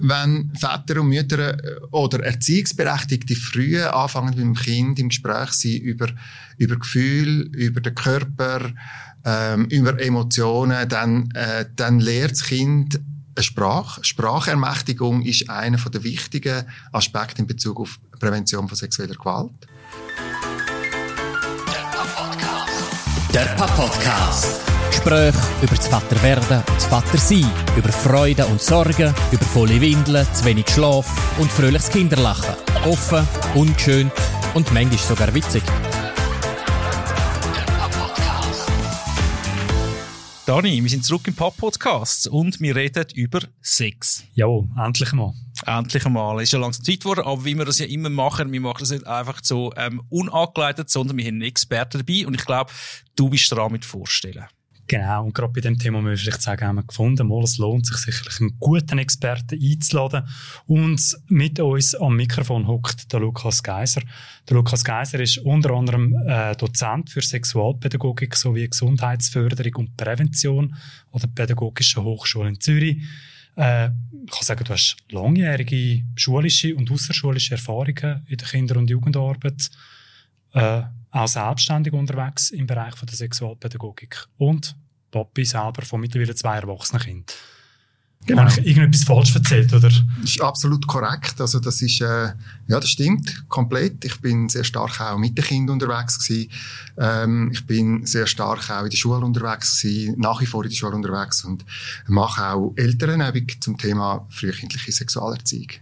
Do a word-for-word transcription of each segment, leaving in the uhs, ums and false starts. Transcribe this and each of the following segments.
wenn Väter und Mütter oder Erziehungsberechtigte früh anfangen mit dem Kind im Gespräch sein über, über Gefühle, über den Körper, ähm, über Emotionen, dann, äh, dann lernt das Kind eine Sprache. Sprachermächtigung ist einer der wichtigen Aspekte in Bezug auf Prävention von sexueller Gewalt. Der Papa-Podcast. Gespräche über das Vaterwerden und das Vatersein, über Freude und Sorgen, über volle Windeln, zu wenig Schlaf und fröhliches Kinderlachen. Offen, unschön und manchmal sogar witzig. Dani, wir sind zurück im Papa-Podcast und wir reden über Sex. Jawohl, endlich mal. Endlich einmal. Es ist ja langsam Zeit geworden, aber wie wir das ja immer machen, wir machen das nicht einfach so ähm, unangeleitet, sondern wir haben einen Experten dabei und ich glaube, du bist dran mit Vorstellen. Genau, und gerade bei dem Thema muss ich vielleicht sagen, haben wir gefunden, mal, es lohnt sich sicherlich, einen guten Experten einzuladen. Und mit uns am Mikrofon hockt der Lukas Geiser. Der Lukas Geiser ist unter anderem äh, Dozent für Sexualpädagogik sowie Gesundheitsförderung und Prävention an der Pädagogischen Hochschule in Zürich. Äh, ich kann sagen, du hast langjährige schulische und außerschulische Erfahrungen in der Kinder- und Jugendarbeit. Äh, auch selbstständig unterwegs im Bereich von der Sexualpädagogik. Und Papi selber von mittlerweile zwei erwachsenen Kindern. Genau. Habe ich irgendetwas falsch erzählt, oder? Das ist absolut korrekt. Also das ist, äh, ja, das stimmt komplett. Ich bin sehr stark auch mit den Kindern unterwegs gewesen. Ähm, ich bin sehr stark auch in der Schule unterwegs gewesen, nach wie vor in der Schule unterwegs und mache auch Elternübung zum Thema frühkindliche Sexualerziehung.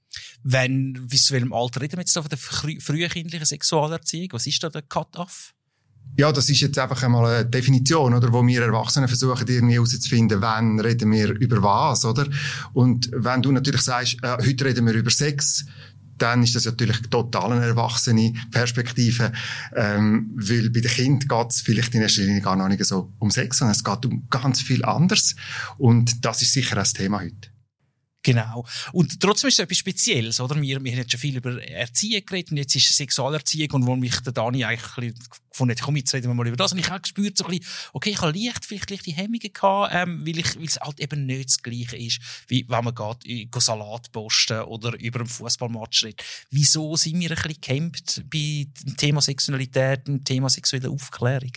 Wenn, bis zu welchem Alter reden wir jetzt da von der frü- frühkindlichen Sexualerziehung? Was ist da der Cut-Off? Ja, das ist jetzt einfach einmal eine Definition, oder, wo wir Erwachsene versuchen, irgendwie herauszufinden, wann reden wir über was, oder? Und wenn du natürlich sagst, äh, heute reden wir über Sex, dann ist das natürlich total eine erwachsene Perspektive, ähm, weil bei den Kindern geht es vielleicht in erster Linie gar noch nicht so um Sex, sondern es geht um ganz viel anderes. Und das ist sicher auch das Thema heute. Genau. Und trotzdem ist es etwas Spezielles, oder? Wir, wir haben jetzt schon viel über Erziehung geredet und jetzt ist es Sexualerziehung und wo mich der Dani eigentlich ein bisschen gefunden hat, komm, jetzt reden wir mal über das. Und ich habe gespürt, so ein bisschen, okay, ich habe leicht, vielleicht leichte Hemmungen gehabt, ähm, weil ich, weil es halt eben nicht das Gleiche ist, wie wenn man geht, go Salat posten oder über einen Fußballmatch redet. Wieso sind wir ein bisschen gehemmt bei dem Thema Sexualität, dem Thema sexuelle Aufklärung?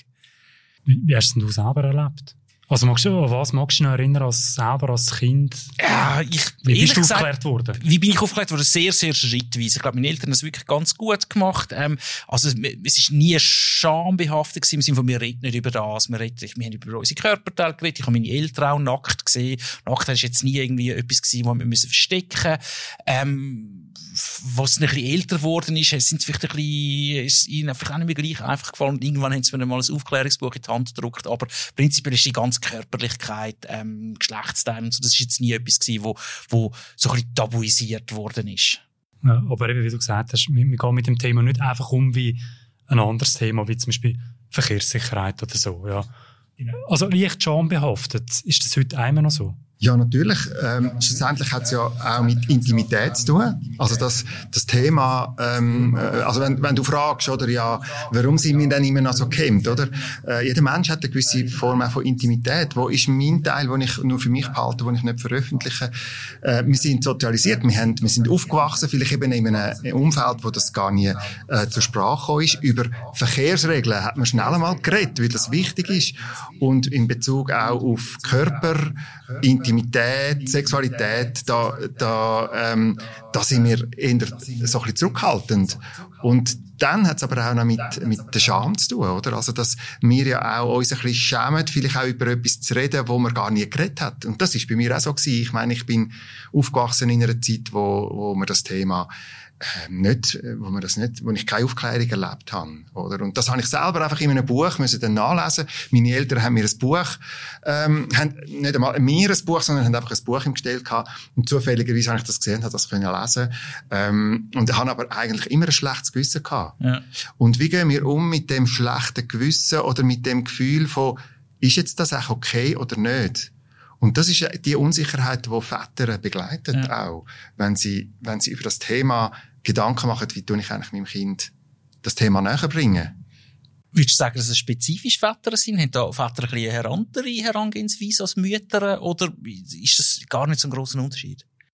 Wie hast du selber erlebt? Also magst du, was magst du dich noch erinnern, als selber als Kind? Ja, ich, wie bist du gesagt, aufgeklärt worden? Wie bin ich aufgeklärt worden? Sehr, sehr schrittweise. Ich glaube, meine Eltern haben es wirklich ganz gut gemacht. Ähm, also, es, es ist nie schambehaftet gewesen, im Sinne von, wir reden nicht über das. Wir, reden, wir haben über unsere Körperteile geredet. Ich habe meine Eltern auch nackt gesehen. Nacktheit ist jetzt nie irgendwie etwas gewesen, was wir müssen verstecken müssen. Ähm, was ein bisschen älter geworden ist, sind vielleicht ein bisschen, ist ihnen einfach auch nicht mehr gleich einfach gefallen. Und irgendwann haben sie mir mal ein Aufklärungsbuch in die Hand gedruckt. Aber prinzipiell ist die ganze Körperlichkeit, ähm, Geschlechtsteile und so, das ist jetzt nie etwas gewesen, wo, wo so ein bisschen tabuisiert worden ist. Ja, aber eben, wie du gesagt hast, wir, wir gehen mit dem Thema nicht einfach um wie ein anderes Thema, wie zum Beispiel Verkehrssicherheit oder so, ja. Also leicht schambehaftet. Ist das heute einmal noch so? Ja, natürlich. Ähm, schlussendlich hat es ja auch mit Intimität zu tun. Also das, das Thema, ähm, also wenn, wenn du fragst, oder ja, warum sind wir denn immer noch so gehemmt, oder? Äh, jeder Mensch hat eine gewisse Form auch von Intimität. Wo ist mein Teil, den ich nur für mich behalte, den ich nicht veröffentliche? Äh, wir sind sozialisiert, wir, haben, wir sind aufgewachsen, vielleicht eben in einem Umfeld, wo das gar nie äh, zur Sprache gekommen ist. Über Verkehrsregeln hat man schnell einmal geredet, weil das wichtig ist. Und in Bezug auch auf Körper, Intimität, Sexualität, da, da, ähm, da sind wir eher so ein bisschen zurückhaltend. Und dann hat es aber auch noch mit, mit der Scham zu tun, oder? Also, dass wir ja auch uns ein bisschen schämen, vielleicht auch über etwas zu reden, wo man gar nie geredet hat. Und das ist bei mir auch so gewesen. Ich meine, ich bin aufgewachsen in einer Zeit, wo, wo man das Thema Ähm, nicht, wo man das nicht, wo ich keine Aufklärung erlebt habe, oder? Und das habe ich selber einfach in einem Buch müssen dann nachlesen. Meine Eltern haben mir ein Buch, ähm, haben nicht einmal mir ein Buch, sondern haben einfach ein Buch im Gestell gehabt. Und zufälligerweise habe ich das gesehen, habe das können lesen. Ähm, und habe aber eigentlich immer ein schlechtes Gewissen gehabt. Ja. Und wie gehen wir um mit dem schlechten Gewissen oder mit dem Gefühl von, ist jetzt das auch okay oder nicht? Und das ist die Unsicherheit, die Väter begleitet, ja. Auch, wenn sie, wenn sie über das Thema Gedanken machen, wie tue ich eigentlich meinem Kind das Thema näher bringen. Würdest du sagen, dass es spezifisch Väter sind? Haben da Väter ein bisschen eine andere Herangehensweise als Mütter? Oder ist das gar nicht so ein grosser Unterschied?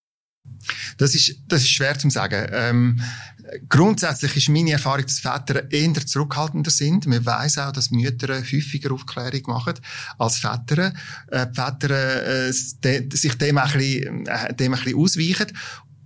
Das ist, das ist schwer zu sagen. Ähm, grundsätzlich ist meine Erfahrung, dass Väter eher zurückhaltender sind. Man weiss auch, dass Mütter häufiger Aufklärung machen als Väter. Äh, die Väter äh, de, sich dem ein bisschen, äh, dem ein bisschen ausweichen.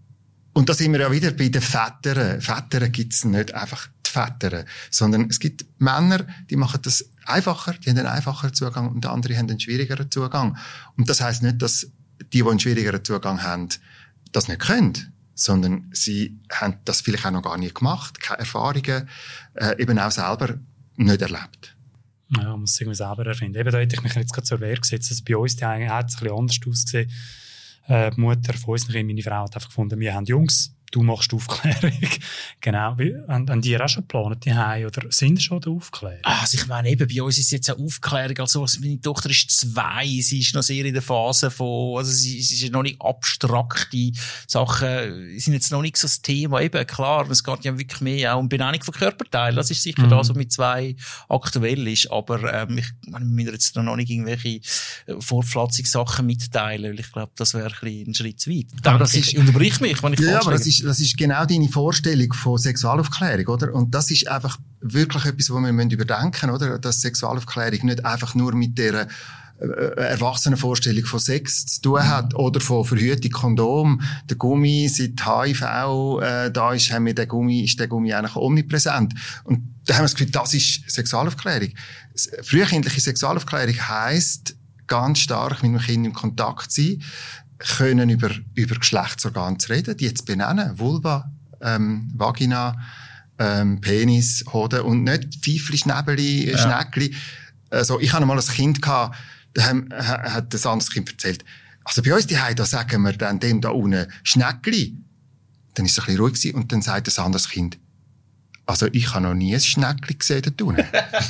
Und da sind wir ja wieder bei den Vätern. Vätern gibt's nicht einfach die Väter, sondern es gibt Männer, die machen das einfacher, die haben einen einfacheren Zugang und andere haben einen schwierigeren Zugang. Und das heisst nicht, dass die, die einen schwierigeren Zugang haben, das nicht können, sondern sie haben das vielleicht auch noch gar nie gemacht, keine Erfahrungen, äh, eben auch selber nicht erlebt. Ja, man muss es irgendwie selber erfinden. Eben, da hätte ich mich jetzt gerade zur Wehr gesetzt. Also bei uns die hat es ein bisschen anders ausgesehen. Äh, die Mutter von uns, meine Frau, hat einfach gefunden, wir haben Jungs, du machst Aufklärung. Genau. Wie, haben, haben die auch schon geplant, die Hause, oder sind schon der Aufklärung? Also ich meine, eben, bei uns ist jetzt eine Aufklärung, also meine Tochter ist zwei, sie ist noch sehr in der Phase von, also sie, sie ist noch nicht abstrakte Sachen, sind jetzt noch nicht so das Thema. Eben, klar, es geht ja wirklich mehr auch um Benennung von Körperteilen, das ist sicher mhm. das, was mit zwei aktuell ist, aber ähm, ich meine, wir müssen jetzt noch nicht irgendwelche Fortpflanzungssachen mitteilen, weil ich glaube, das wäre ein bisschen ein Schritt zu weit. Aber das ist, unterbrich mich, wenn ich ja, aber das ist, das ist genau deine Vorstellung von Sexualaufklärung, oder? Und das ist einfach wirklich etwas, was wir überdenken müssen, oder? Dass Sexualaufklärung nicht einfach nur mit der äh, Erwachsenenvorstellung von Sex zu tun hat, oder von Verhütung, Kondom, der Gummi, seit H I V äh, da ist, haben wir den Gummi, ist der Gummi eigentlich omnipräsent. Und da haben wir das Gefühl, das ist Sexualaufklärung. Frühkindliche Sexualaufklärung heisst, ganz stark mit dem Kind in Kontakt sein, können über, über Geschlechtsorgane zu reden, die jetzt benennen, Vulva, ähm, Vagina, ähm, Penis, Hoden und nicht Pfeifli, Schnäbeli, ja. Schneckli. Also, ich hatte mal ein Kind gehabt, da haben, hat das anderes Kind erzählt. Also, bei uns die Heim, da sagen wir dann dem da unten Schneckli. Dann ist es ein bisschen ruhig gewesen und dann sagt das anderes Kind, also, ich habe noch nie ein Schneckli gesehen da unten.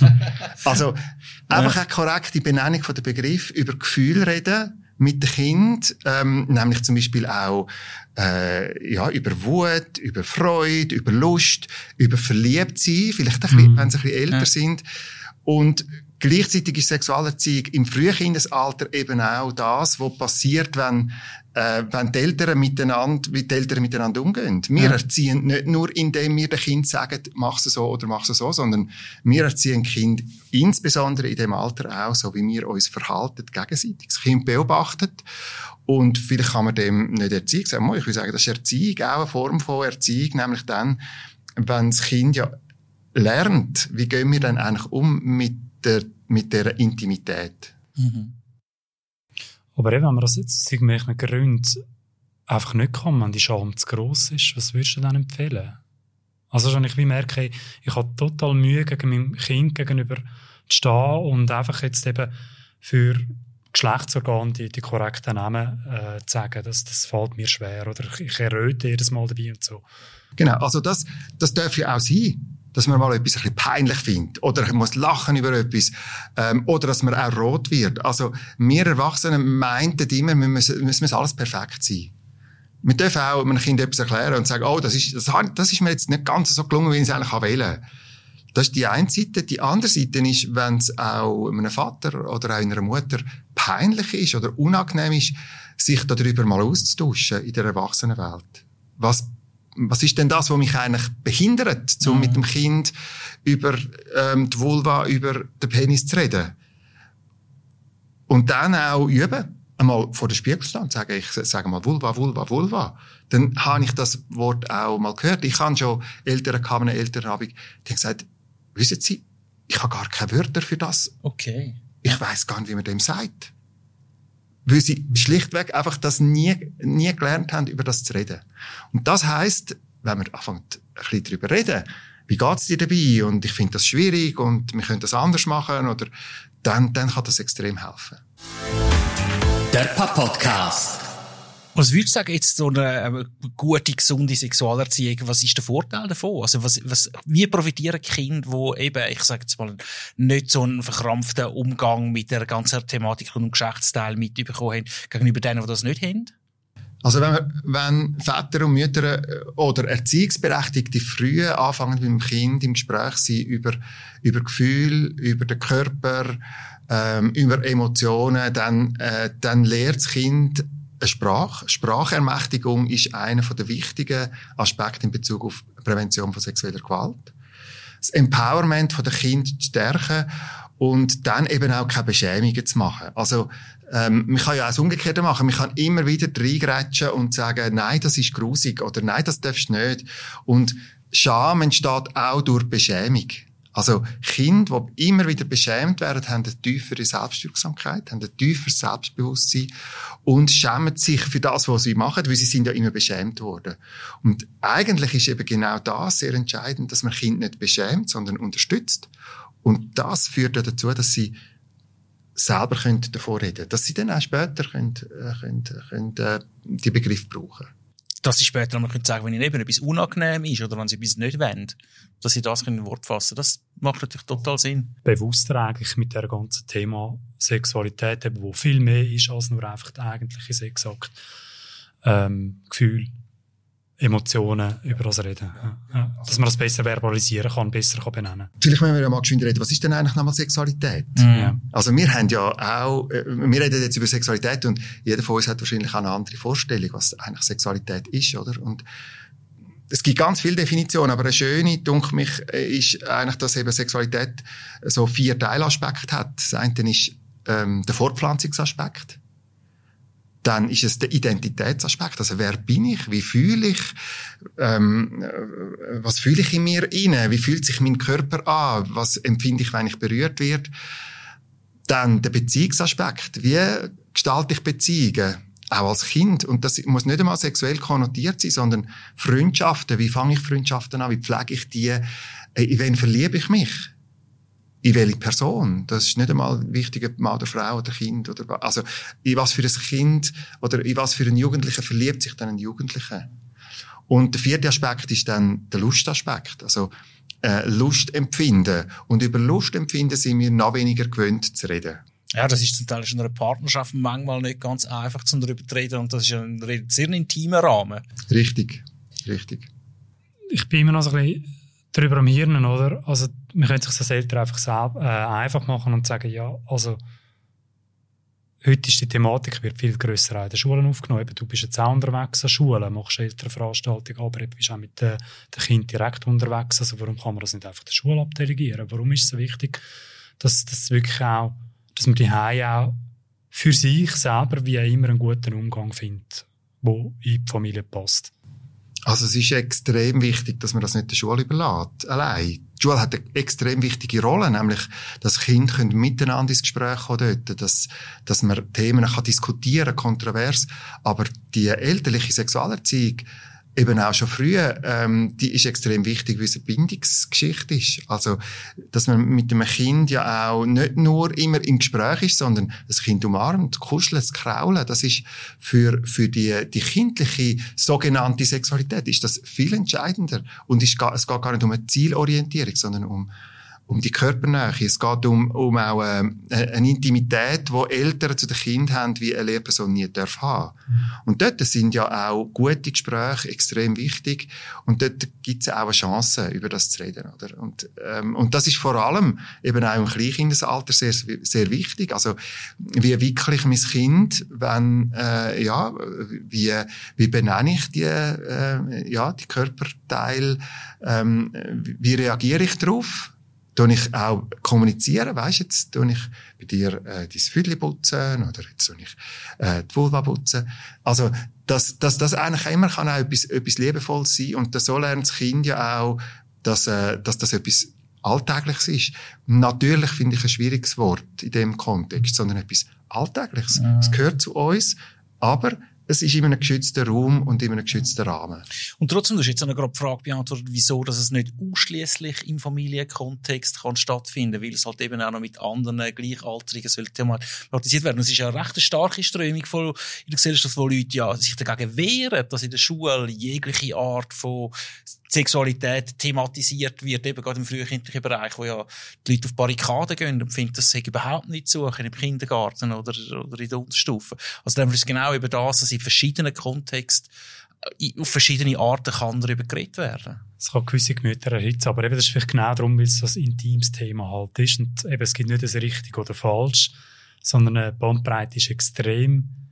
Also, einfach eine korrekte Benennung von der Begriff, über Gefühle reden, mit dem Kind, ähm, nämlich zum Beispiel auch äh, ja, über Wut, über Freude, über Lust, über Verliebtsein, vielleicht ein bisschen, mm. wenn sie ein bisschen älter ja. sind. Und gleichzeitig ist Sexualerziehung im Frühkindesalter eben auch das, was passiert, wenn, äh, wenn die Eltern miteinander, wie die Eltern miteinander umgehen. Wir ja. erziehen nicht nur, indem wir dem Kind sagen, mach es so oder mach es so, sondern wir erziehen Kind insbesondere in dem Alter auch, so wie wir uns verhalten gegenseitig. Das Kind beobachtet und vielleicht kann man dem nicht Erziehung sagen. Ich würde sagen, das ist Erziehung, auch eine Form von Erziehung, nämlich dann, wenn das Kind ja lernt, wie gehen wir dann eigentlich um mit der, mit dieser Intimität. Mhm. Aber eben, wenn man das jetzt aus irgendwelchen Gründen einfach nicht kann, wenn die Scham zu gross ist, was würdest du dann empfehlen? Also wenn ich wie merke, ich habe total Mühe, gegen meinem Kind gegenüber zu stehen und einfach jetzt eben für Geschlechtsorgane die, die korrekten Namen äh, zu sagen, das, das fällt mir schwer oder ich, ich erröte jedes Mal dabei und so. Genau, also das, das darf ja auch sein, dass man mal etwas ein bisschen peinlich findet oder man muss lachen über etwas ähm, oder dass man auch rot wird. Also wir Erwachsenen meinten immer, wir müssen, müssen, müssen alles perfekt sein. Wir dürfen auch einem Kind etwas erklären und sagen, oh, das ist, das, das ist mir jetzt nicht ganz so gelungen, wie ich es eigentlich wählen. Das ist die eine Seite. Die andere Seite ist, wenn es auch einem Vater oder auch einer Mutter peinlich ist oder unangenehm ist, sich darüber mal auszutauschen in der Erwachsenenwelt. Was Was ist denn das, was mich eigentlich behindert, um mhm. mit dem Kind über ähm, die Vulva, über den Penis zu reden? Und dann auch üben. Einmal vor dem Spiegel stehen und sagen, ich sage mal Vulva, Vulva, Vulva. Dann habe ich das Wort auch mal gehört. Ich habe schon Eltern gehabt, eine Elternabend, die haben gesagt, wissen Sie, ich habe gar keine Wörter für das. Okay. Ich weiss gar nicht, wie man dem sagt. Weil sie schlichtweg einfach das nie, nie gelernt haben, über das zu reden. Und das heisst, wenn wir anfangen, ein bisschen darüber reden, wie geht's dir dabei? Und ich finde das schwierig und wir können das anders machen, oder, dann, dann kann das extrem helfen. Der Papa-Podcast. Was würdest du sagen, jetzt so eine gute, gesunde Sexualerziehung, was ist der Vorteil davon? Also, was, was, wie profitieren Kinder, die eben, ich sage jetzt mal, nicht so einen verkrampften Umgang mit der ganzen Thematik und dem Geschlechtsteil mitbekommen haben, gegenüber denen, die das nicht haben? Also, wenn, wir, wenn Väter und Mütter oder Erziehungsberechtigte früh anfangen mit dem Kind im Gespräch sind über, über Gefühle, über den Körper, ähm, über Emotionen, dann, äh, dann lernt das Kind eine Sprache. Sprachermächtigung ist einer der wichtigen Aspekte in Bezug auf Prävention von sexueller Gewalt. Das Empowerment der Kinder zu stärken und dann eben auch keine Beschämungen zu machen. Also, ähm, man kann ja auch das Umgekehrte machen. Man kann immer wieder reingrätschen und sagen, nein, das ist grusig oder nein, das darfst du nicht. Und Scham entsteht auch durch Beschämung. Also Kinder, die immer wieder beschämt werden, haben eine tiefere Selbstwirksamkeit, haben ein tieferes Selbstbewusstsein und schämen sich für das, was sie machen, weil sie sind ja immer beschämt worden. Und eigentlich ist eben genau das sehr entscheidend, dass man Kinder nicht beschämt, sondern unterstützt. Und das führt dazu, dass sie selber davon reden können, dass sie dann auch später können, äh, können, können, äh, die Begriffe brauchen. Dass sie später einmal sagen, wenn ihnen eben etwas unangenehm ist oder wenn sie etwas nicht wollen, dass sie das in Wort fassen können. Das macht natürlich total Sinn. Bewusster eigentlich mit dem ganzen Thema Sexualität, eben, wo viel mehr ist als nur einfach der eigentliche Sexakt. Ähm, Gefühl, Emotionen, über das reden. Ja. Ja. Dass man das besser verbalisieren kann, besser kann benennen. Vielleicht müssen wir ja mal geschwind reden, was ist denn eigentlich nochmal Sexualität? Mhm. Also wir haben ja auch, wir reden jetzt über Sexualität und jeder von uns hat wahrscheinlich auch eine andere Vorstellung, was eigentlich Sexualität ist, oder? Und es gibt ganz viele Definitionen, aber eine schöne, denke mich, ist eigentlich, dass eben Sexualität so vier Teilaspekte hat. Das eine ist ähm, der Fortpflanzungsaspekt. Dann ist es der Identitätsaspekt. Also, wer bin ich? Wie fühle ich? Ähm, was fühle ich in mir rein? Wie fühlt sich mein Körper an? Was empfinde ich, wenn ich berührt werde? Dann der Beziehungsaspekt. Wie gestalte ich Beziehungen? Auch als Kind. Und das muss nicht einmal sexuell konnotiert sein, sondern Freundschaften. Wie fange ich Freundschaften an? Wie pflege ich die? In wen verliebe ich mich? In welche Person? Das ist nicht einmal wichtig, ob Mann oder Frau oder Kind oder, also, in was für ein Kind oder in was für einen Jugendlichen verliebt sich dann ein Jugendlicher? Und der vierte Aspekt ist dann der Lustaspekt. Also, äh, Lust empfinden. Und über Lust empfinden sind wir noch weniger gewöhnt zu reden. Ja, das ist zum Teil in einer Partnerschaft manchmal nicht ganz einfach, um darüber zu reden. Und das ist ein sehr intimer Rahmen. Richtig. Richtig. Ich bin immer noch so ein bisschen darüber am Hirnen, oder? Also, man könnte sich das Eltern einfach selber, äh, einfach machen und sagen, ja, also, heute ist die Thematik wird viel grösser auch in den Schulen aufgenommen. Eben, du bist jetzt auch unterwegs an Schulen, machst Elternveranstaltungen, aber du bist auch mit den, den Kindern direkt unterwegs. Also, warum kann man das nicht einfach der Schule abdelegieren? Warum ist es so wichtig, dass das wirklich auch, dass man die Hause auch für sich selber wie auch immer einen guten Umgang findet, der in die Familie passt? Also es ist extrem wichtig, dass man das nicht der Schule überlässt, allein. Die Schule hat eine extrem wichtige Rolle, nämlich, dass Kinder können miteinander ins Gespräch kommen dort, dass, dass man Themen kann diskutieren, kontrovers, aber die elterliche Sexualerziehung, eben auch schon früher, ähm, die ist extrem wichtig, weil es eine Bindungsgeschichte ist. Also, dass man mit dem Kind ja auch nicht nur immer im Gespräch ist, sondern das Kind umarmt, kuschelt, kraulen. Das ist für, für die, die kindliche sogenannte Sexualität ist das viel entscheidender. Und es geht, es geht gar nicht um eine Zielorientierung, sondern um um die Körpernähe. Es geht um, um auch äh, eine Intimität, die Eltern zu den Kindern haben, wie eine Lehrperson nie darf haben. Mhm. Und dort sind ja auch gute Gespräche extrem wichtig. Und dort gibt es auch eine Chance, über das zu reden, oder? Und, ähm, und das ist vor allem eben auch im Kleinkindesalter sehr, sehr wichtig. Also, wie wickle ich mein Kind, wenn, äh, ja, wie, wie benenne ich die, äh, ja, die Körperteile, ähm, wie reagiere ich darauf? Tue ich auch kommunizieren, weisst, jetzt tue ich bei dir äh, dein Füdli putzen oder jetzt tue ich äh, die Vulva putzen. Also, dass, dass das eigentlich immer kann auch etwas, etwas Liebevolles sein und so lernt das Kind ja auch, dass, äh, dass das etwas Alltägliches ist. Natürlich finde ich ein schwieriges Wort in dem Kontext, sondern etwas Alltägliches. Ja. Es gehört zu uns, aber es ist in einem geschützten Raum und in einem geschützten Rahmen. Und trotzdem, du hast jetzt noch gerade die Frage beantwortet, wieso dass es nicht ausschliesslich im Familienkontext kann stattfinden, weil es halt eben auch noch mit anderen Gleichaltrigen sollte thematisiert werden. Und es ist ja eine recht starke Strömung von, in der Gesellschaft, wo Leute ja sich dagegen wehren, dass in der Schule jegliche Art von Sexualität thematisiert wird, eben gerade im frühkindlichen Bereich, wo ja die Leute auf Barrikaden gehen und finden, das sei überhaupt nicht zu suchen im Kindergarten oder, oder in der Unterstufe. Also dann ist es genau über das, dass in verschiedenen Kontexten auf verschiedene Arten kann darüber geredet werden. Es kann gewisse Gemüter erhitzen, aber eben das ist vielleicht genau darum, weil es ein intimes Thema halt ist und eben es gibt nicht ein richtig oder falsch, sondern eine Bandbreite ist extrem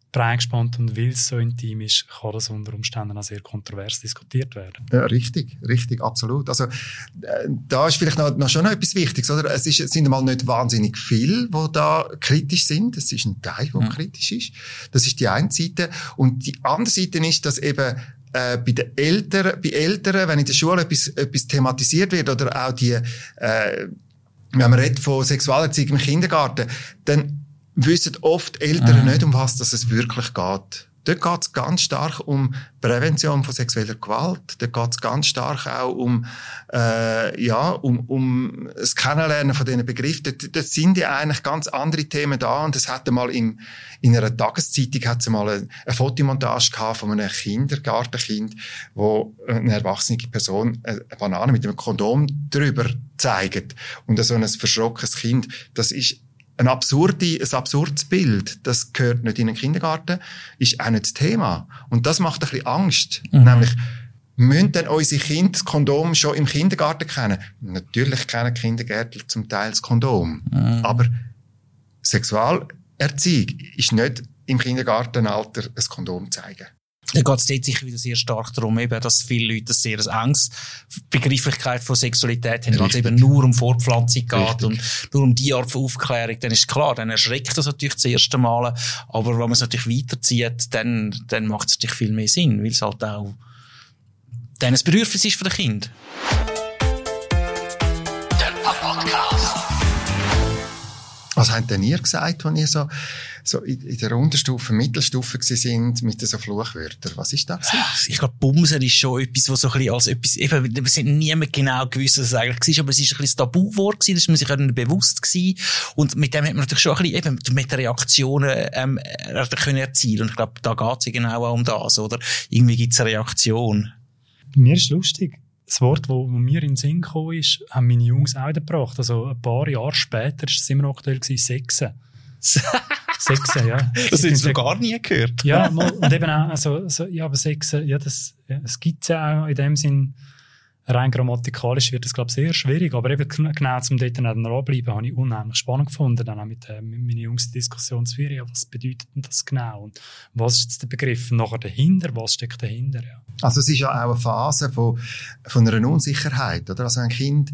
prägespannt und weil es so intim ist, kann das unter Umständen auch sehr kontrovers diskutiert werden. Ja, richtig, richtig, absolut. Also, äh, da ist vielleicht noch, noch schon noch etwas Wichtiges, oder? Es, ist, es sind einmal nicht wahnsinnig viele, die da kritisch sind. Es ist ein Teil, der mhm. kritisch ist. Das ist die eine Seite. Und die andere Seite ist, dass eben äh, bei den Eltern, bei Eltern, wenn in der Schule etwas, etwas thematisiert wird, oder auch die, äh, wenn man redet von Sexualerziehung im Kindergarten, dann wissen oft Eltern mhm. nicht, um was das es wirklich geht. Dort geht es ganz stark um Prävention von sexueller Gewalt. Dort geht es ganz stark auch um, äh, ja, um, um das Kennenlernen von diesen Begriffen. Dort, dort sind ja eigentlich ganz andere Themen da. Und es hatte mal in, in einer Tageszeitung hat's mal eine, eine Fotomontage gehabt von einem Kindergartenkind, wo eine erwachsene Person eine Banane mit einem Kondom drüber zeigt. Und so ein verschrockenes Kind, das ist Ein, absurde, ein absurdes Bild, das gehört nicht in den Kindergarten, ist auch nicht das Thema. Und das macht ein bisschen Angst. Mhm. Nämlich, müssen denn unsere Kinder das Kondom schon im Kindergarten kennen? Natürlich kennen Kindergärtler zum Teil das Kondom. Mhm. Aber Sexualerziehung ist nicht im Kindergartenalter ein Kondom zeigen. Dann geht es dort sicher wieder sehr stark darum, eben, dass viele Leute eine sehr Angst, Begrifflichkeit von Sexualität haben, weil es eben nur um Fortpflanzung geht Richtig. Und nur um die Art von Aufklärung. Dann ist klar, dann erschreckt das natürlich das erste Mal. Aber wenn man es natürlich weiterzieht, dann, dann macht es natürlich viel mehr Sinn, weil es halt auch dann ein Bedürfnis ist für das Kind. Der Podcast. Was habt denn ihr gesagt, als ihr so, so in der Unterstufe, Mittelstufe gewesen sind, mit so Fluchwörtern? Was ist das? Ich glaube, Bumsen ist schon etwas, was so ein bisschen als etwas, eben, wir sind niemand genau gewusst, was es eigentlich war, aber es ist ein bisschen das Tabuwort gewesen, das ist man sich nicht bewusst gewesen. Und mit dem hat man natürlich schon ein bisschen, eben, mit den Reaktionen, ähm, können erzielen. Und ich glaube, da geht es ja genau auch um das, oder? Irgendwie gibt es eine Reaktion. Bei mir ist es lustig. Das Wort, das mir in den Sinn gekommen ist, haben meine Jungs auch gebracht. Also ein paar Jahre später war es immer noch aktuell, Sechsen. Sechsen, ja. Das hast du noch gar nie gehört. Ja, und eben auch, also, also ja, aber Sechsen, ja, das, ja, das gibt es ja auch in dem Sinn. Rein grammatikalisch wird das, glaube ich, sehr schwierig. Aber eben genau zum dort dranbleiben, habe ich unheimlich spannend gefunden. Dann auch mit, äh, mit meinen Jungs die Diskussion zu führen, ja, was bedeutet denn das genau? Und was ist jetzt der Begriff nachher dahinter? Was steckt dahinter? Ja. Also es ist ja auch eine Phase von, von einer Unsicherheit, oder? Also wenn Kinder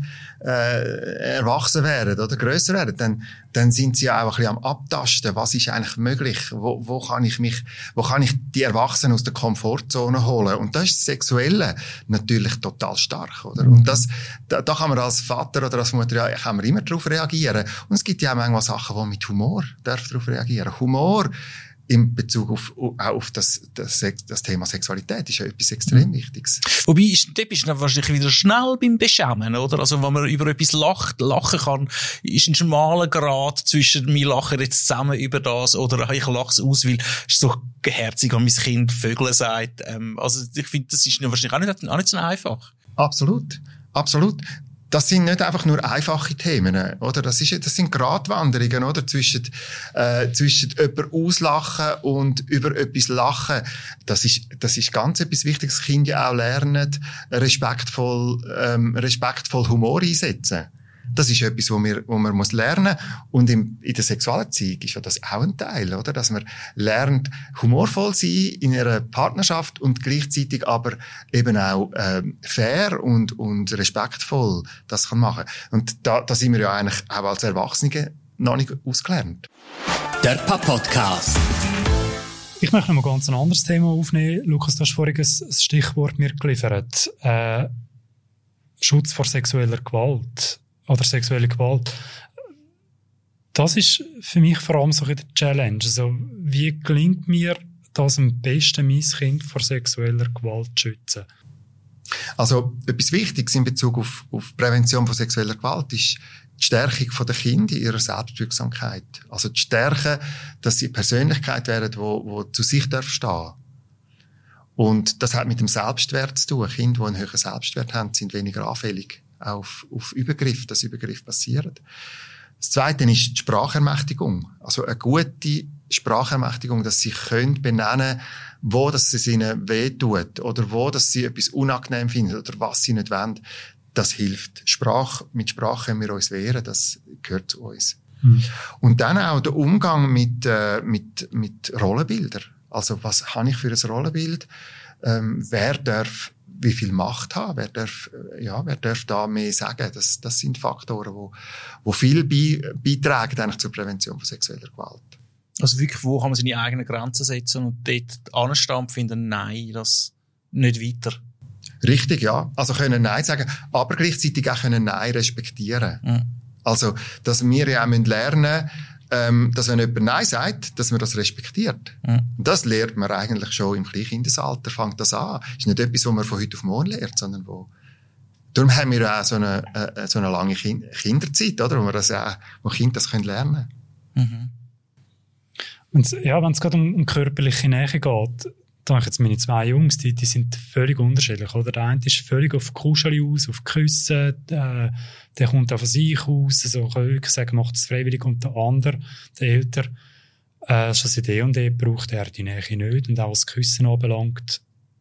äh, erwachsen werden oder grösser werden, dann, dann sind sie ja auch ein bisschen am Abtasten. Was ist eigentlich möglich? Wo, wo kann ich mich, wo kann ich die Erwachsenen aus der Komfortzone holen? Und das ist das Sexuelle natürlich total stark, oder? Mhm. Und das, da, da kann man als Vater oder als Mutter ja, kann man immer darauf reagieren. Und es gibt ja auch manchmal Sachen, wo man mit Humor darf darauf reagieren. Humor in Bezug auf, auch auf das, das, das Thema Sexualität ist ja etwas extrem Wichtiges. Wobei, ist, da bist du wahrscheinlich wieder schnell beim Beschämen, oder? Also, wenn man über etwas lacht, lachen kann, ist ein schmaler Grad zwischen, wir lachen jetzt zusammen über das, oder ich lache es aus, weil es ist so herzig, wenn mein Kind Vögel sagt. Ähm, also, ich finde, das ist wahrscheinlich auch nicht, auch nicht so einfach. Absolut. Absolut. Das sind nicht einfach nur einfache Themen, oder? Das ist, das sind Gratwanderungen, oder? Zwischen, äh, zwischen jemanden auslachen und über etwas lachen. Das ist, das ist ganz etwas Wichtiges. Kinder auch lernen, respektvoll, ähm, respektvoll Humor einsetzen. Das ist etwas, wo man, wo man muss lernen. Und im, in der Sexualerziehung ist ja das auch ein Teil, oder? Dass man lernt, humorvoll sein in einer Partnerschaft und gleichzeitig aber eben auch, ähm, fair und, und respektvoll das kann machen. Und da, da sind wir ja eigentlich auch als Erwachsene noch nicht ausgelernt. Der Papa-Podcast. Ich möchte noch mal ganz ein anderes Thema aufnehmen. Lukas, du hast vorhin ein Stichwort mir geliefert. Äh, Schutz vor sexueller Gewalt. Oder sexuelle Gewalt. Das ist für mich vor allem so eine Challenge. Also, wie gelingt mir das am besten, mein Kind vor sexueller Gewalt zu schützen? Also, etwas Wichtiges in Bezug auf, auf Prävention von sexueller Gewalt ist die Stärkung der Kinder in ihrer Selbstwirksamkeit. Also, die Stärke, dass sie Persönlichkeit werden, die, die zu sich darf stehen. Und das hat mit dem Selbstwert zu tun. Kinder, die einen höheren Selbstwert haben, sind weniger anfällig auf, auf Übergriff, dass Übergriff passiert. Das Zweite ist die Sprachermächtigung. Also eine gute Sprachermächtigung, dass sie können benennen, wo das es ihnen wehtut oder wo dass sie etwas unangenehm finden oder was sie nicht wollen. Das hilft. Sprache, mit Sprache können wir uns wehren, das gehört zu uns. Mhm. Und dann auch der Umgang mit, äh, mit, mit Rollenbildern. Also was habe ich für ein Rollenbild? Ähm, wer darf wie viel Macht haben? Wer darf, ja, wer darf da mehr sagen? Das, das sind Faktoren, wo, wo viel bei, beitragen eigentlich zur Prävention von sexueller Gewalt. Also wirklich, wo kann man seine eigenen Grenzen setzen und dort anstehen und finden, nein, das nicht weiter? Richtig, ja. Also können Nein sagen, aber gleichzeitig auch können Nein respektieren. Mhm. Also, dass wir ja auch lernen müssen, ähm, dass wenn jemand Nein sagt, dass man das respektiert. Mhm. Und das lernt man eigentlich schon im Kleinkindesalter, fängt das an. Das ist nicht etwas, was man von heute auf morgen lernt, sondern wo... Darum haben wir auch so eine, äh, so eine lange kind- Kinderzeit, oder? Wo wir das auch, wo Kinder das können lernen können. Mhm. Ja, wenn es gerade um, um körperliche Nähe geht, da habe ich jetzt meine zwei Jungs, die, die sind völlig unterschiedlich, oder? Der eine ist völlig auf Kuscheli aus, auf Küssen, äh, der kommt auch von sich aus, also kann wirklich sagen, macht es freiwillig, und der andere, der Ältere, äh, schon seit eh und eh braucht er die Nähe nicht, und auch was Küssen anbelangt,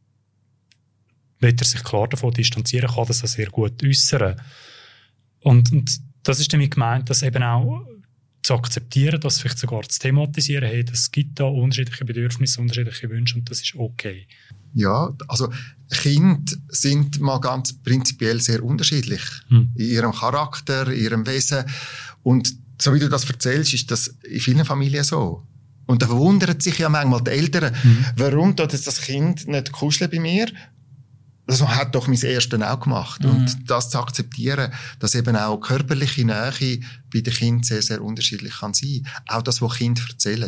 wird er sich klar davon distanzieren, kann das auch sehr gut äußern. Und, und das ist damit gemeint, dass eben auch zu akzeptieren, das vielleicht sogar zu thematisieren, hey, es gibt da unterschiedliche Bedürfnisse, unterschiedliche Wünsche, und das ist okay. Ja, also Kinder sind mal ganz prinzipiell sehr unterschiedlich. Hm. In ihrem Charakter, in ihrem Wesen. Und so wie du das erzählst, ist das in vielen Familien so. Und da verwundern sich ja manchmal die Eltern, hm. warum tut jetzt das Kind nicht kuscheln bei mir? Das hat doch mein Ersten auch gemacht. Mhm. Und das zu akzeptieren, dass eben auch körperliche Nähe bei den Kindern sehr, sehr unterschiedlich kann sein. Auch das, was Kinder erzählen.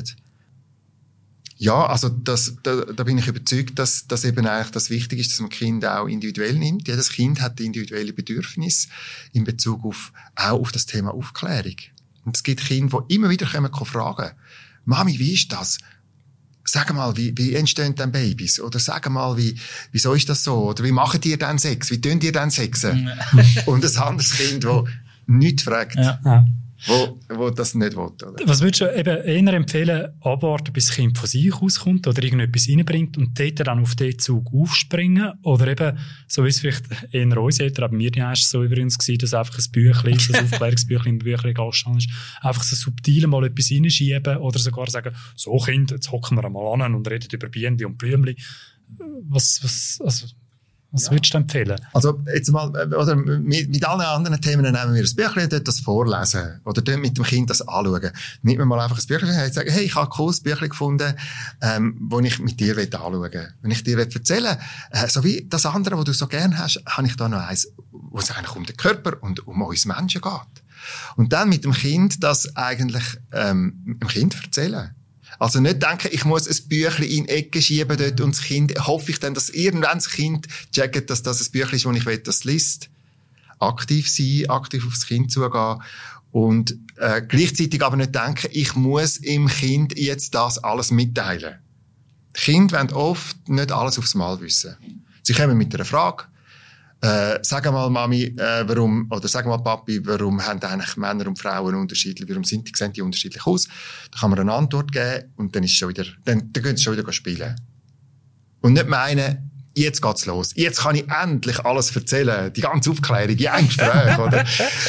Ja, also das, da, da bin ich überzeugt, dass, dass eben eigentlich das wichtig ist, dass man Kinder auch individuell nimmt. Jedes Kind hat individuelle Bedürfnisse in Bezug auf, auch auf das Thema Aufklärung. Und es gibt Kinder, die immer wieder kommen, fragen, Mami, wie ist das? Sag mal, wie, wie entstehen denn Babys? Oder sag mal, wie, wieso ist das so? Oder wie macht ihr denn Sex? Wie tun ihr denn Sexen? Und ein anderes Kind, das nichts fragt. Ja. Ja. Wo, wo das nicht will. Oder? Was würdest du eben eher empfehlen, abwarten, bis das Kind von sich auskommt oder irgendetwas reinbringt und dort dann auf den Zug aufspringen? Oder eben, so wie es vielleicht eher uns Eltern, aber mir war es so übrigens gewesen, dass einfach ein Büchlein, ein Aufklärungsbüchlein im Büchlein gestanden ist, einfach so subtil mal etwas reinschieben oder sogar sagen, so Kind, jetzt hocken wir einmal an und reden über Bienen und Blümchen. Was, was, also, Was ja. würdest du empfehlen? Also, jetzt mal, oder mit, mit allen anderen Themen nehmen wir ein Büchlein, dort das vorlesen. Oder dort mit dem Kind das anschauen. Nicht mal einfach ein Büchlein und sagen, hey, ich habe ein cooles Büchlein gefunden, ähm, wo ich mit dir anschauen will. Wenn ich dir erzählen will, äh, so wie das andere, was du so gerne hast, habe ich da noch eins, wo es eigentlich um den Körper und um uns Menschen geht. Und dann mit dem Kind das eigentlich, ähm, dem Kind erzählen. Also nicht denken, ich muss ein Büchlein in die Ecke schieben dort und das Kind, hoffe ich dann, dass irgendwann das Kind checkt, dass das ein Büchlein ist, das ich will, das liest. Aktiv sein, aktiv aufs Kind zugehen und äh, gleichzeitig aber nicht denken, ich muss im Kind jetzt das alles mitteilen. Die Kinder wollen oft nicht alles aufs Mal wissen. Sie kommen mit einer Frage. Äh, sag mal, Mami, äh, warum, oder sag mal, Papi, warum haben eigentlich Männer und Frauen unterschiedlich, warum sind die, sehen die unterschiedlich aus? Da kann man eine Antwort geben und dann ist schon wieder, dann, dann können sie schon wieder spielen. Und nicht meinen, jetzt geht's los. Jetzt kann ich endlich alles erzählen. Die ganze Aufklärung, in einem Gespräch, oder?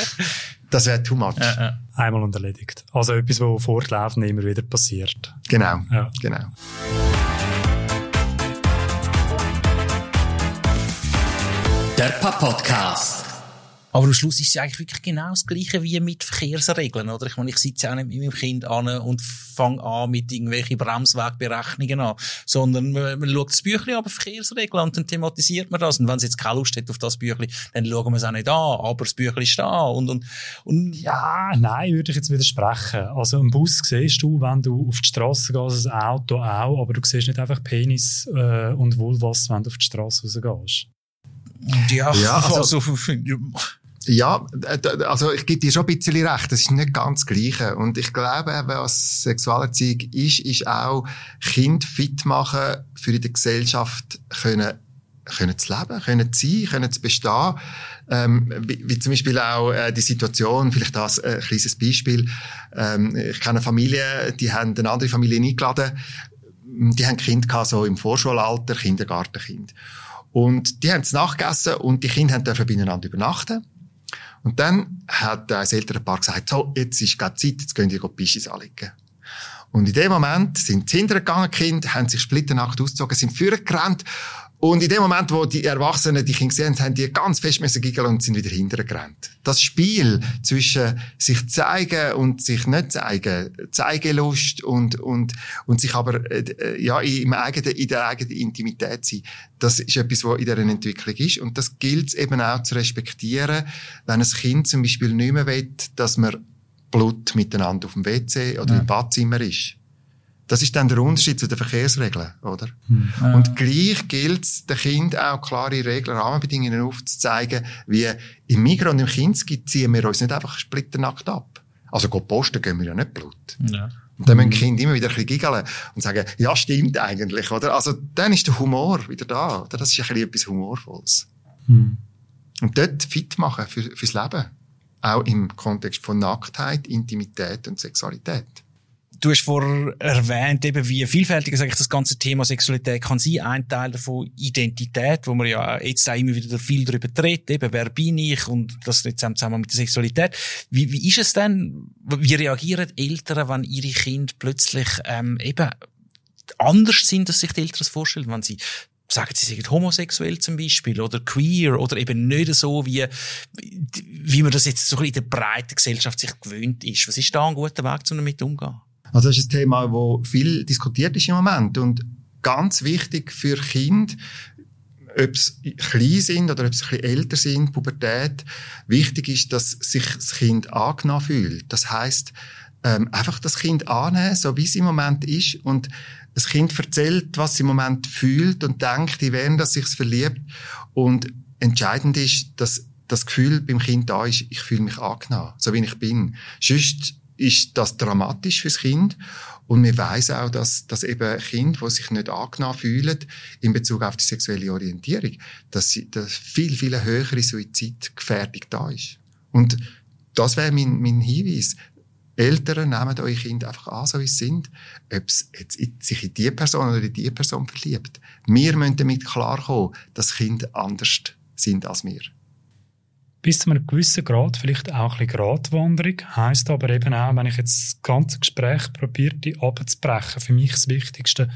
Das wäre too much. Ja, ja. Einmal und erledigt. Also etwas, was fortlaufend immer wieder passiert. Genau, ja. genau. Der Papa-Podcast. Aber am Schluss ist es eigentlich wirklich genau das Gleiche wie mit Verkehrsregeln, oder? Ich meine, ich sitze auch nicht mit meinem Kind an und fange an mit irgendwelchen Bremswegberechnungen an, sondern man, man schaut das Büchlein an Verkehrsregeln und dann thematisiert man das. Und wenn sie jetzt keine Lust hat auf das Büchlein, dann schauen wir es auch nicht an, aber das Büchlein ist da. Und, und, und ja, nein, würde ich jetzt widersprechen. Also im Bus siehst du, wenn du auf die Straße gehst, ein Auto auch, aber du siehst nicht einfach Penis äh, und Vulvas, wenn du auf die Straße rausgehst. Ja, ja, also, also, ja, also ich gebe dir schon ein bisschen recht, das ist nicht ganz das Gleiche. Und ich glaube, was Sexualerziehung ist, ist auch Kinder fit machen, für in der Gesellschaft können, können zu leben, können zu sein, können zu bestehen. Ähm, wie, wie zum Beispiel auch äh, die Situation, vielleicht das äh, ein kleines Beispiel. Ähm, ich kenne eine Familie, die haben eine andere Familie eingeladen. Die haben Kinder gehabt, so im Vorschulalter, Kindergartenkind. Und die haben es nachgegessen und die Kinder dürfen beieinander übernachten. Und dann hat das ältere Paar gesagt, so, jetzt ist gerade Zeit, jetzt gehen wir Pischis anlegen. Und in dem Moment sind sie hintergegangen, die Kinder, haben sich splitternackt ausgezogen, sind vorgerannt. Und in dem Moment, wo die Erwachsenen die Kinder gesehen haben, haben die ganz fest müssen giggeln und sind wieder hintergerannt. Das Spiel zwischen sich zeigen und sich nicht zeigen, Zeigelust und, und, und sich aber, äh, ja, im eigenen, in der eigenen Intimität sein, das ist etwas, was in dieser Entwicklung ist. Und das gilt es eben auch zu respektieren, wenn ein Kind zum Beispiel nicht mehr will, dass man Blut miteinander auf dem W C oder ja. im Badzimmer ist. Das ist dann der Unterschied zu den Verkehrsregeln, oder? Hm. Ja. Und gleich gilt es, den Kindern auch klare Regeln, Rahmenbedingungen aufzuzeigen, wie im Migros und im Kinski ziehen wir uns nicht einfach splitternackt ab. Also go posten gehen wir ja nicht Blut. Ja. Und dann müssen die Kinder immer wieder ein bisschen giggeln und sagen, ja, stimmt eigentlich, oder? Also dann ist der Humor wieder da, oder? Das ist ein bisschen etwas Humorvolles. Hm. Und dort fit machen für, fürs Leben. Auch im Kontext von Nacktheit, Intimität und Sexualität. Du hast vorher erwähnt, eben wie vielfältig eigentlich das ganze Thema Sexualität kann sein. Ein Teil davon Identität, wo man ja jetzt auch immer wieder viel darüber redet, eben wer bin ich und das jetzt zusammen mit der Sexualität. Wie, wie ist es denn, wie reagieren Eltern, wenn ihre Kinder plötzlich ähm, eben anders sind, als sich die Eltern das vorstellen, wenn sie sagen, sie sind homosexuell zum Beispiel oder queer oder eben nicht so, wie, wie man das jetzt so in der breiten Gesellschaft sich gewöhnt ist. Was ist da ein guter Weg, um damit umzugehen? Also das ist ein Thema, das viel diskutiert ist im Moment und ganz wichtig für Kinder, ob sie klein sind oder ob sie ein bisschen älter sind, Pubertät. Wichtig ist, dass sich das Kind angenommen fühlt. Das heisst, ähm, einfach das Kind annehmen, so wie es im Moment ist und das Kind erzählt, was es im Moment fühlt und denkt, in wen das sich verliebt. Und entscheidend ist, dass das Gefühl beim Kind da ist, ich fühle mich angenommen, so wie ich bin. Sonst ist das dramatisch fürs Kind. Und wir weiss auch, dass, dass eben Kinder, die sich nicht angenommen fühlen, in Bezug auf die sexuelle Orientierung, dass, sie, dass viel, viel höhere Suizidgefährdung da ist. Und das wäre mein, mein Hinweis. Eltern, nehmt eure Kinder einfach an, so wie sie sind. Ob es jetzt sich in die Person oder in die Person verliebt. Wir müssen damit klarkommen, dass Kinder anders sind als wir. Bis zu einem gewissen Grad, vielleicht auch ein bisschen Gratwanderung, heisst aber eben auch, wenn ich jetzt das ganze Gespräch probierte abzubrechen, für mich das Wichtigste,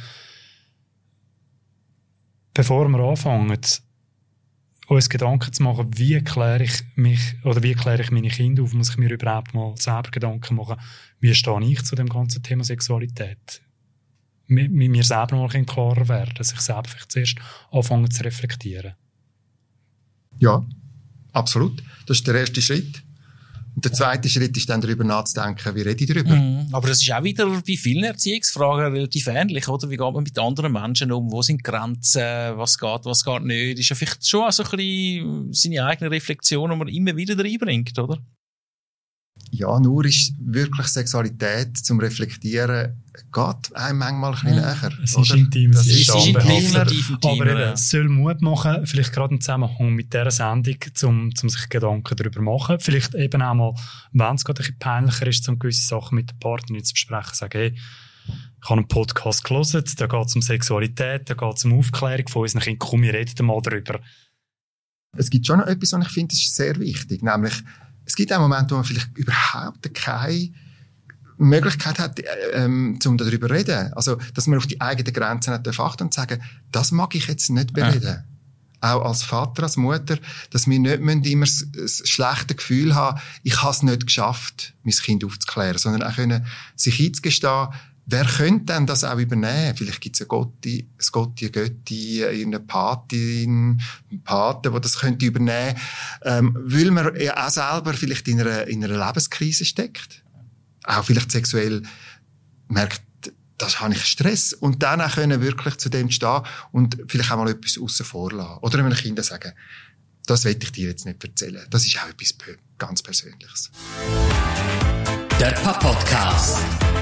bevor wir anfangen, uns Gedanken zu machen, wie kläre ich mich, oder wie kläre ich meine Kinder auf, muss ich mir überhaupt mal selber Gedanken machen, wie stehe ich zu dem ganzen Thema Sexualität? Mir, mir selber mal ein bisschen klarer werden, dass ich selber vielleicht zuerst anfange zu reflektieren. Ja. Absolut. Das ist der erste Schritt. Und der zweite Schritt ist dann darüber nachzudenken, wie rede ich darüber. Mm, aber das ist auch wieder bei vielen Erziehungsfragen relativ ähnlich, oder? Wie geht man mit anderen Menschen um? Wo sind Grenzen? Was geht, was geht nicht? Das ist ja vielleicht schon auch so ein bisschen seine eigene Reflexion, die man immer wieder reinbringt, oder? Ja, nur ist wirklich Sexualität zum Reflektieren geht einem manchmal ein bisschen ja, näher. Es ist intim, es ist intimer. Aber eben, es soll Mut machen, vielleicht gerade im Zusammenhang mit dieser Sendung, um, um sich Gedanken darüber zu machen. Vielleicht eben auch mal, wenn es gerade ein bisschen peinlicher ist, um gewisse Sachen mit der Partnerin zu besprechen, sagen, hey, ich habe einen Podcast gelesen, da geht es um Sexualität, da geht es um Aufklärung von unseren Kindern, komm, wir reden mal darüber. Es gibt schon noch etwas, was ich finde, das ist sehr wichtig, nämlich es gibt auch Momente, wo man vielleicht überhaupt keine Möglichkeit hat, ähm, um darüber zu reden. Also, dass man auf die eigenen Grenzen nicht achten und sagen, das mag ich jetzt nicht bereden. Ja. Auch als Vater, als Mutter, dass wir nicht immer das, das schlechte Gefühl haben, ich habe es nicht geschafft, mein Kind aufzuklären, sondern auch können, sich einzugestehen, wer könnte denn das auch übernehmen? Vielleicht gibt es eine Gotti, ein Gotti, eine Götti, eine Patin, einen Paten, der das könnte übernehmen, ähm, weil man ja auch selber vielleicht in einer, in einer Lebenskrise steckt. Auch vielleicht sexuell merkt, das habe ich Stress. Und dann auch können wirklich zu dem stehen und vielleicht auch mal etwas aussen vor lassen. Oder einem Kind sagen, das will ich dir jetzt nicht erzählen. Das ist auch etwas ganz Persönliches. Der Papa-Podcast.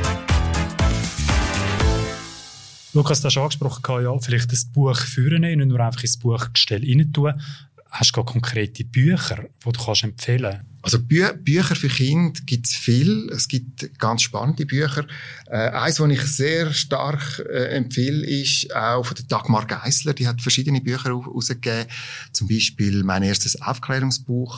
Lukas, du hast angesprochen, ja, vielleicht ein Buch führen, nicht nur einfach ins Buchgestell rein tun. Hast du konkrete Bücher, die du kannst empfehlen kannst? Also Bü- Bücher für Kinder gibt es viel. Es gibt ganz spannende Bücher. Äh, eins, das ich sehr stark äh, empfehle, ist auch von der Dagmar Geissler. Die hat verschiedene Bücher herausgegeben. Zum Beispiel mein erstes Aufklärungsbuch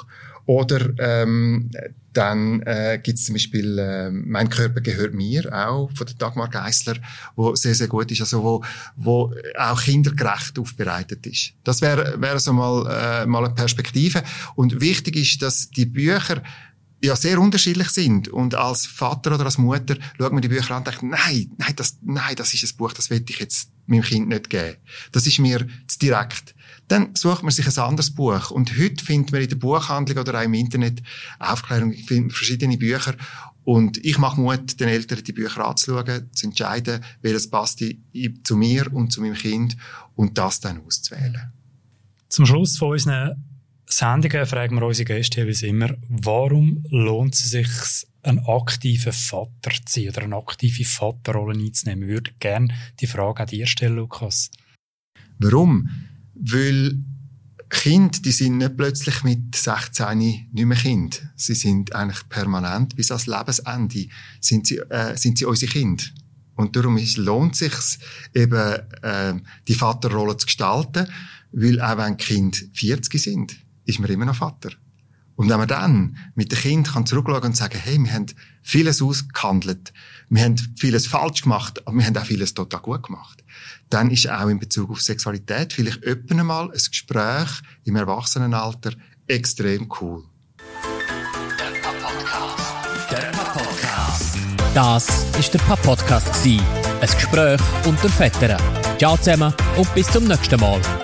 Oder ähm, dann äh, gibt es zum Beispiel äh, «Mein Körper gehört mir», auch von der Dagmar Geissler, wo sehr, sehr gut ist, also wo, wo auch kindergerecht aufbereitet ist. Das wäre wäre so mal, äh, mal eine Perspektive. Und wichtig ist, dass die Bücher ja sehr unterschiedlich sind. Und als Vater oder als Mutter schaut man die Bücher an und denkt, nein, nein, das, nein, das ist ein Buch, das will ich jetzt meinem Kind nicht geben. Das ist mir zu direkt. Dann sucht man sich ein anderes Buch. Und heute findet man in der Buchhandlung oder auch im Internet Aufklärung, findet verschiedene Bücher. Und ich mache Mut, den Eltern die Bücher anzuschauen, zu entscheiden, welches passt zu mir und zu meinem Kind und das dann auszuwählen. Zum Schluss von unseren Sendungen fragen wir unsere Gäste jeweils immer, warum lohnt es sich, einen aktiven Vater zu sein oder eine aktive Vaterrolle einzunehmen? Ich würde gerne die Frage an dir stellen, Lukas. Warum? Weil Kinder, die sind nicht plötzlich mit sechzehn nicht mehr Kind. Sie sind eigentlich permanent, bis ans Lebensende sind sie, äh, sind sie unsere Kinder. Und darum ist, lohnt es sich eben, äh, die Vaterrolle zu gestalten, weil auch wenn die Kinder vierzig sind, ist man immer noch Vater. Und wenn man dann mit dem Kind kann zurückschauen und sagen, hey, wir haben vieles ausgehandelt, wir haben vieles falsch gemacht, aber wir haben auch vieles total gut gemacht, dann ist auch in Bezug auf Sexualität vielleicht öppen einmal ein Gespräch im Erwachsenenalter extrem cool. Der Papa-Podcast. Der Papa-Podcast. Das war der Papa-Podcast. Ein Gespräch unter Vätern. Ciao zusammen und bis zum nächsten Mal.